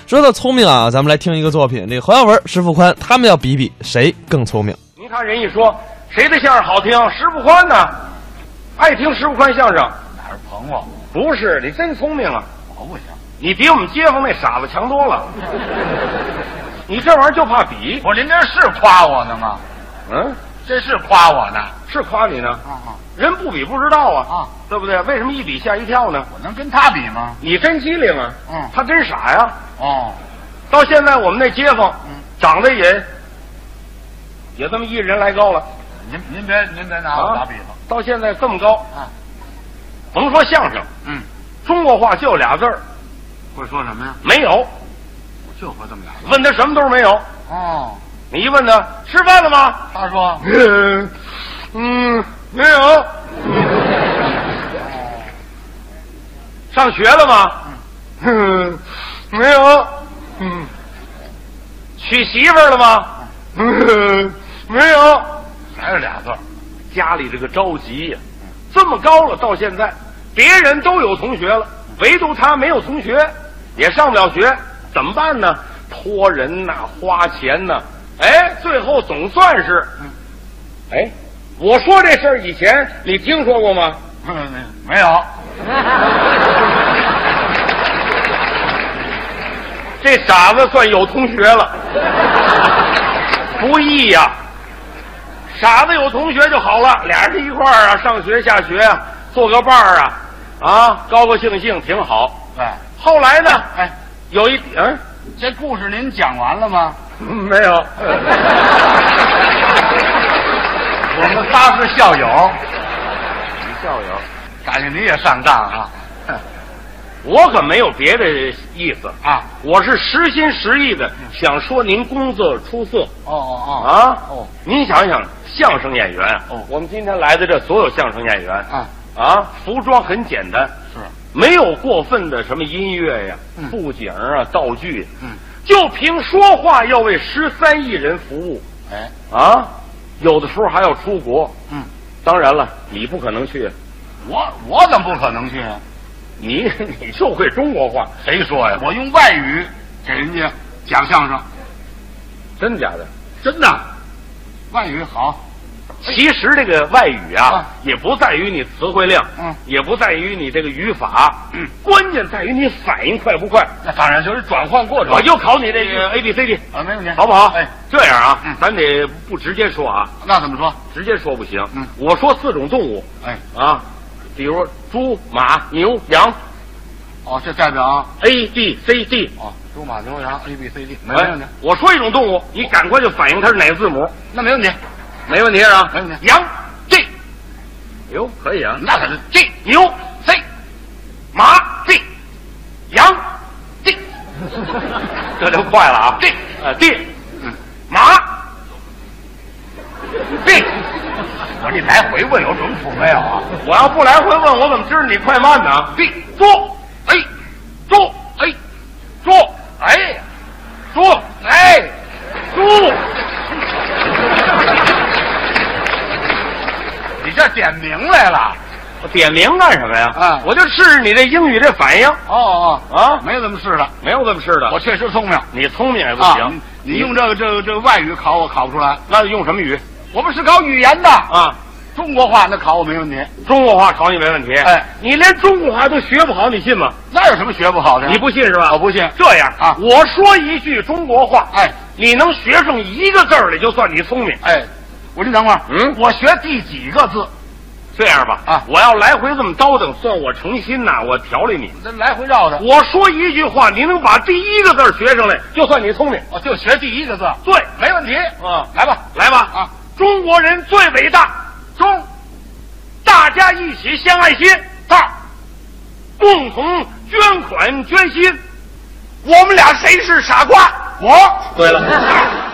说到聪明啊，咱们来听一个作品，这个侯耀文、石富宽他们要比比谁更聪明。 你看人一说谁的相声好听，石富宽呢，爱听石富宽相声。 哪是捧我？ 不是，你真聪明啊！ 我不行， 你比我们街坊那傻子强多了。你这玩意儿就怕比。 不是您这是夸我呢吗？ 嗯， 这是夸我呢。 是夸你呢。人不比不知道啊，对不对？为什么一比吓一跳呢？ 我能跟他比吗？ 你真机灵啊，他真傻呀。 哦， 到现在我们那街坊，长得也这么一人来高了。 您别拿我打比方。 到现在这么高啊，甭说相声，中国话就俩字儿， 会说什么呀？ 没有， 我就会这么俩字。 问他什么都是没有。 哦， 你一问他吃饭了吗？ 他说， 没有。上学了吗？没有。娶媳妇儿了吗？没有。 还是俩字。 家里这个着急呀，这么高了，到现在别人都有同学了，唯独他没有同学，也上不了学，怎么办呢？托人呐，花钱呐，最后总算是，我说这事儿以前你听说过吗？ 没有。 这傻子算有同学了，不易呀。傻子有同学就好了，俩人一块儿啊，上学下学啊，做个伴儿啊，高高兴兴挺好。 对， 后来呢？有一这故事您讲完了吗？ 没有。 我们仨是校友。 你校友， 感觉你也上当啊？ 我可没有别的意思啊， 我是实心实意的想说您工作出色。您想想，相声演员我们今天来的这所有相声演员服装很简单， 是没有过分的什么音乐呀、布景啊、道具，就凭说话要为13亿人服务。有的时候还要出国。当然了，你不可能去。 我怎么不可能去啊？ 你就会中国话。 谁说呀？我用外语给人家讲相声。 真的假的？ 真的，外语好。 其实这个外语也不在于你词汇量，也不在于你这个语法，关键在于你反应快不快。 那当然就是转换过程。 我就考你这个 ABCD 没问题， 好不好？这样咱得不直接说啊。 那怎么说？ 直接说不行。我说4种动物，比如猪、马、牛、羊。 这代表 ABCD。 猪、马、牛、羊 ABCD。没问题。 我说一种动物，你赶快就反应它是哪个字母。 那没问题。 没问题啊， 没问题。 羊 G， 哟，可以啊， 那可是 G， 牛 C， 马 D， 羊 D， 这就快了啊 ，D， 马 D， 我你来回问有准谱没有啊？ 我要不来回问，我怎么知道你快慢呢 ？D， 猪，猪，猪，猪，猪。 你这点名来了？ 我点名干什么呀？我就试试你这英语这反应。 没有这么试的， 没有这么试的。 我确实聪明， 你聪明也不行。 你用这个外语考我考不出来， 那用什么语？ 我们是考语言的中国话那考我没问题， 中国话考你没问题。你连中国话都学不好，你信吗？ 那有什么学不好的？ 你不信是吧？ 我不信。 这样我说一句中国话，你能学上一个字儿来，就算你聪明。 我您等会儿，我学第几个字？ 这样吧，我要来回这么叨叨，算我诚心呐，我调理你。 这来回绕的。 我说一句话，你能把第一个字学上来，就算你聪明。 就学第一个字。 对， 没问题。 来吧。中国人最伟大，大家一起相爱心，共同捐款捐心。我们俩谁是傻瓜？ 我。 对了。